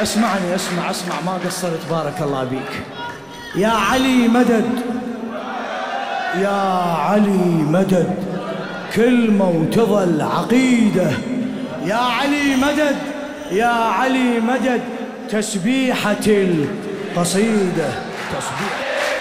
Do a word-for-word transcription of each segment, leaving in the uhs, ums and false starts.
اسمعني اسمع اسمع ما قصرت بارك الله بيك. يا علي مدد، يا علي مدد، كلمة وتظل عقيدة. يا علي مدد، يا علي مدد، تسبيحة القصيدة. تسبيح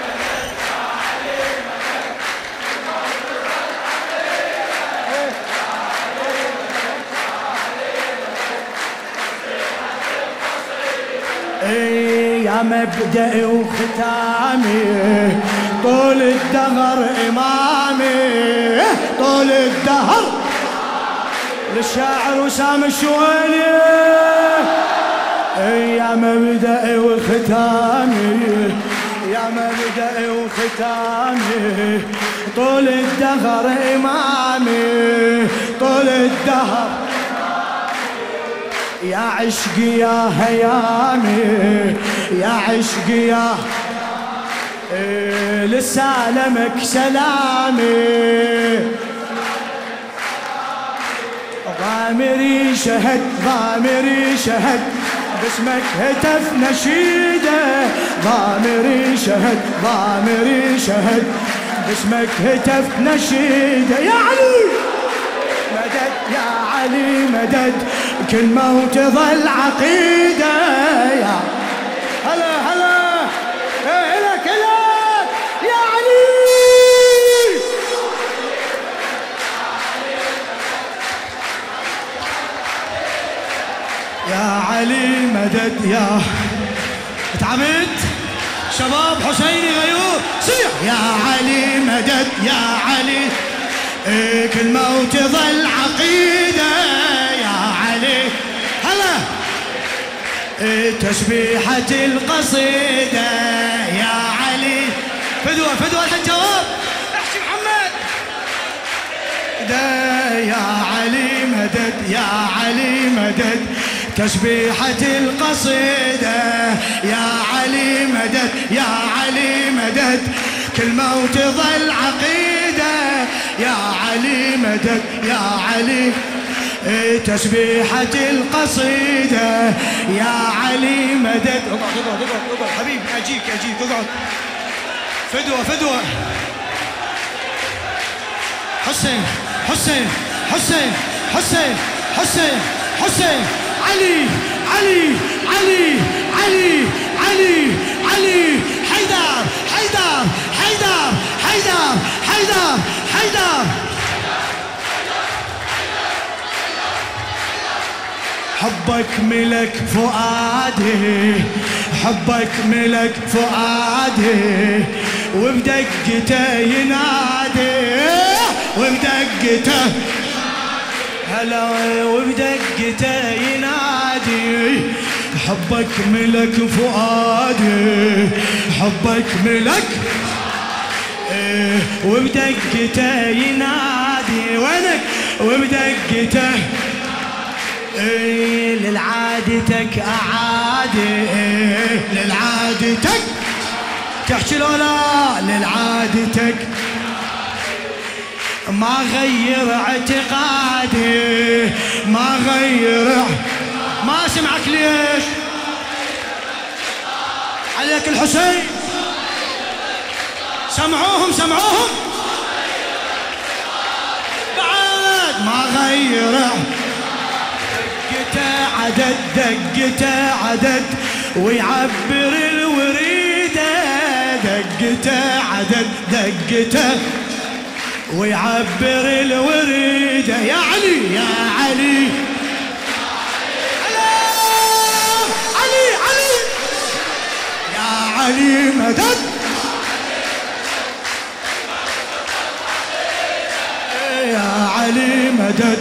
يا مبدأ وختامي، طول الدهر إمامي، طول الدهر للشاعر وسام الشويلي. يا مبدأ وختامي، يا مبدأ وختامي، طول الدهر إمامي، طول الدهر يا عشقي يا هيامي، يا عشقي يا إيه لسالمك سلامي. ضامري شهد، ضامري شهد، باسمك هتف نشيده. ضامري شهد، ضامري شهد، باسمك هتف نشيده. يا علي مدد، يا علي مدد، كلمة وتظل عقيدة. يا هلا هلا إلك إلك يا علي. يا علي مدد، يا تعبت شباب حسيني غيور صيح. يا علي مدد، يا علي إيه كلمة وتظل عقيدة. يا علي هلا إيه تسبيحة القصيدة. يا علي فدوة فدوة الحين جواب احكي محمد. ده يا علي مدد، يا علي مدد، تسبيحة القصيدة. يا علي مدد، يا علي مدد، كلمة وتظل عقيدة. يا علي مدد، يا علي إيه تسبيحة القصيدة. يا علي مدد. اقعد اقعد اقعد اقعد حبيبي، اجيك اجيك اقعد. فدوة فدوة حسين حسين حسين حسين حسين حسين علي علي علي علي علي علي حيدر حيدر حيدر حيدر حيدر حيدر. حبك ملك فؤادي، حبك ملك فؤادي، وبدقته ينادي، وبدقته هلا وبدقته ينادي. حبك ملك فؤادي، حبك ملك إيه وبدقته ينادي. وينك وبدقته إيه للعادتك أعادي، إيه للعادتك تحكي لو لا للعادتك ما غير اعتقادي، ما غير. ما سمعك ليش عليك الحسين؟ سمعوهم سمعوهم بعد ما غير. دقته عدد، دقته عدد، ويعبر الوريده. دقته عدد، دقته ويعبر الوريده. يا علي يا علي علي علي يا علي مدد. يا علي مدد.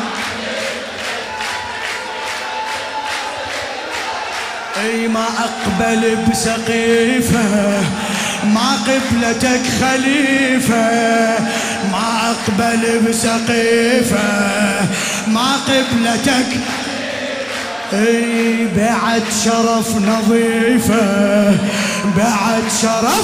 اي ما اقبل بسقيفه، ما قبلتك خليفه، ما اقبل بسقيفه، ما قبلتك. اي بعد شرف نظيفه، بعد شرف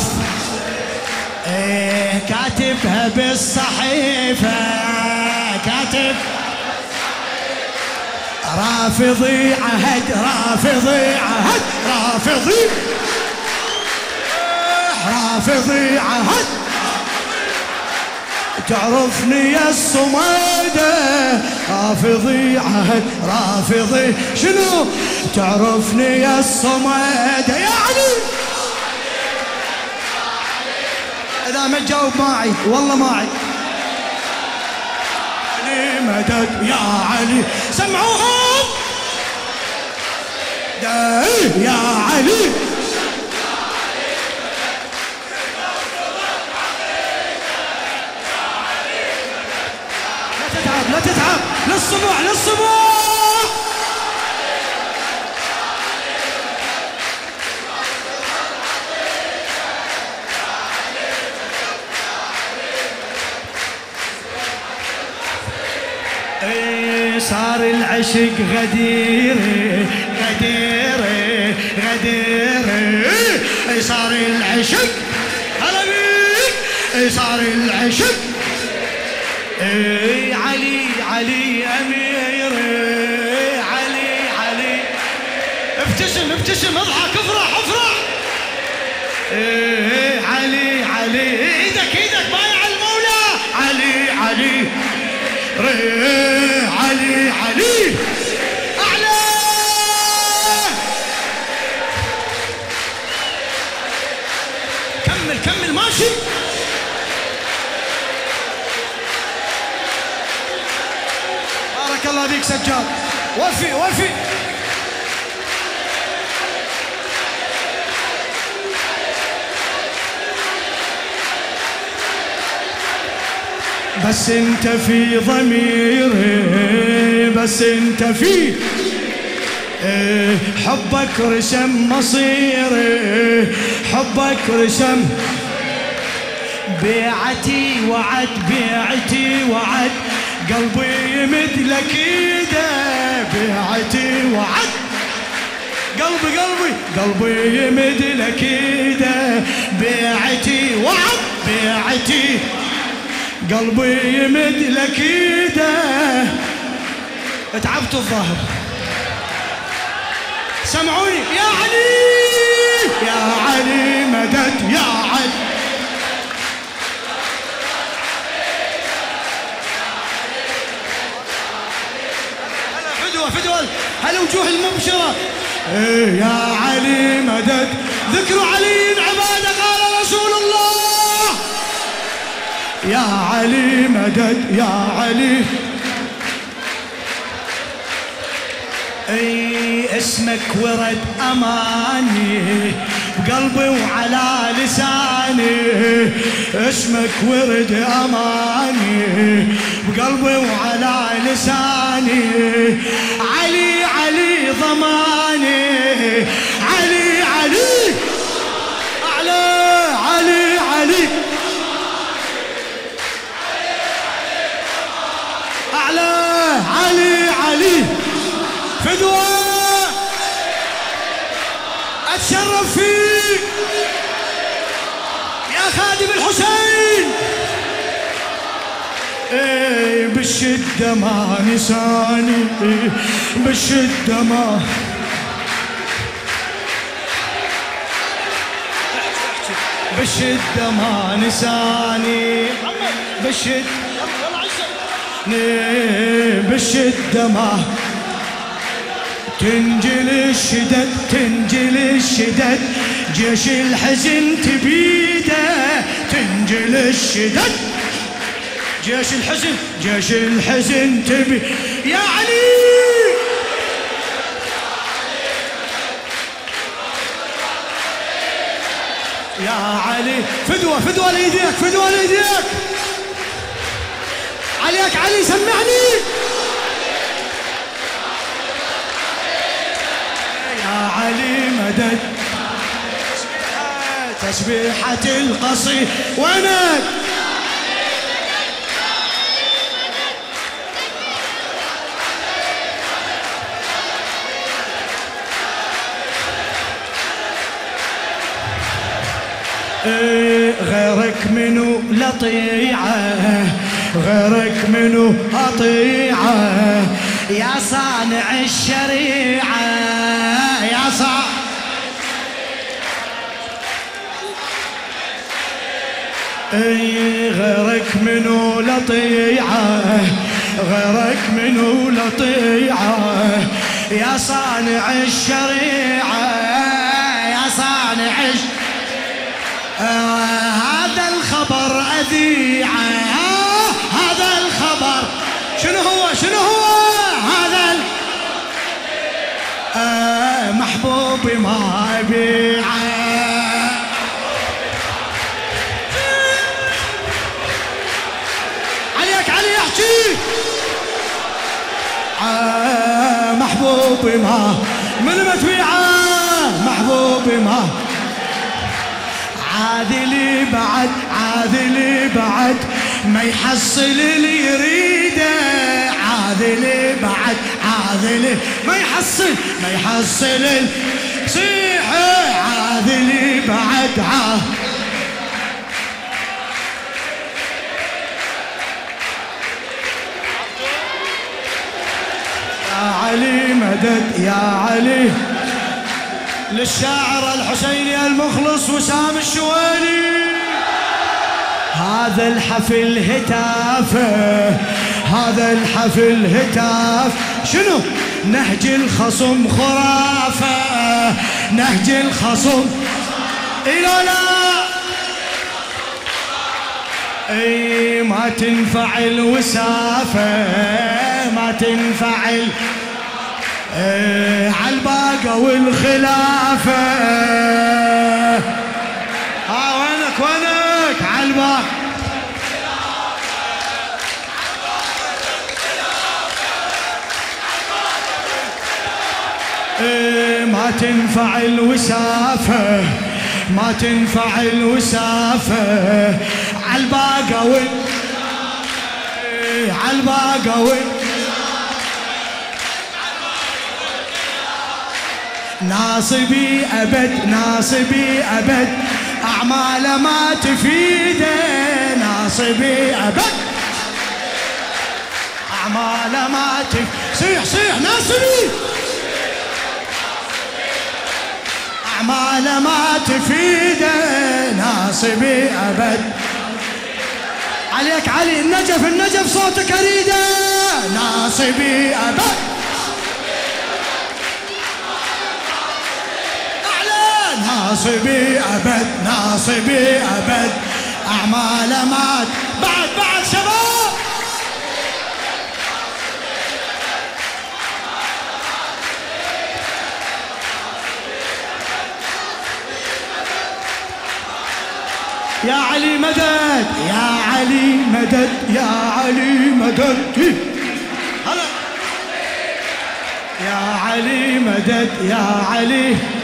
ايه كاتبها بالصحيفه، كاتب رافضي عهد رافضي عهد رافضي رافضي عهد تعرفني يا الصميدة رافضي عهد رافضي شنو تعرفني يا الصميدة يا علي إذا ما تجاوب ما أعيد والله ما أعيد علي مدد يا علي سمعوهم يا علي لا تتعب للصبح للصبح ايه صار العشق غدير غدير غدير ايه صار العشق هلا بيك ايه صار العشق ايه علي علي امير ايه علي علي ابتسم ابتسم اضحك افرح افرح ايه علي علي ايدك ايدك بايع المولى علي علي ايه علي علي اعلى كمل كمل ماشي بارك الله بيك سجاد وفي وفي بس انت في ضميري بس انت في حبك رسم مصيري حبك رسم بيعتي وعد بيعتي وعد قلبي يمد لك ايده بيعتي وعد قلبي قلبي قلبي يمد لك ايده بيعتي وعد بيعتي قلبي يمد لك ايده تعبت الظهر سمعوني يا علي يا علي مدد يا علي فدوى هالوجوه المبشرة إيه يا علي مدد ذكر علي عبادة قال رسول الله يا علي مدد يا علي اي اسمك ورد اماني بقلبي وعلى لساني اسمك ورد اماني بقلبي وعلى لساني علي علي ضماني علي علي اعلى علي علي اعلى علي علي فدوى اتشرف فيك يا خادم الحسين ايه بالشدة ما نساني إيه بالشدة ما بالشدة ما نساني بالشدة بالشدة ما تنجل الشدد تنجل الشدد جيش الحزن تبيده تنجل الشدد جيش الحزن جيش الحزن تبي يا علي يا علي فدوة فدوة ليديك فدوة ليديك عليك علي سمعني يا علي مدد تسبيحة القصي وينك غيرك منو لطيعة غيرك منو أطيعة يا صانع الشريعة يا صانع غيرك منو لطيعة غيرك منو لطيعة يا صانع الشريعة يا صانع الشريعة هذا الخبر أذيعة هذا الخبر شنو هو شنو هو هذا آه محبوبي ما يبيعه عليك علي احكي آه محبوبي ما من ما تبيعه محبوبي ما عاذلي بعد عاذلي بعد ما يحصل اللي يريده عاذلي بعد عاذلي ما يحصل ما يحصل صيحه عاذلي بعد عاذ يا علي مدد يا علي للشاعر الحسيني المخلص وسام الشوالي هذا الحفل هتافه هذا الحفل هتاف شنو نهج الخصم خرافه نهج الخصم إلا لا اي ما تنفع الوسافه ما تنفع ال ايه عالباقة والخلافة ها وينك وينك عالباقة ايه ما تنفع الوسافة ما تنفع الوسافة عالباقة وال ايه عالباقة وال ناصبي أبد ناصبي أبد أعمال ما تفيده ناصبي أبد أعمال ما تفيده صيح صيح ناصبي أعمال ما تفيده ناصبي أبد عليك علي النجف النجف صوتك أريده ناصبي أبد ناصبي أبد ناصبي أبد أعمال مات بعد بعد شباب يا علي مدد يا علي مدد يا علي مدد هلا يا علي مدد يا علي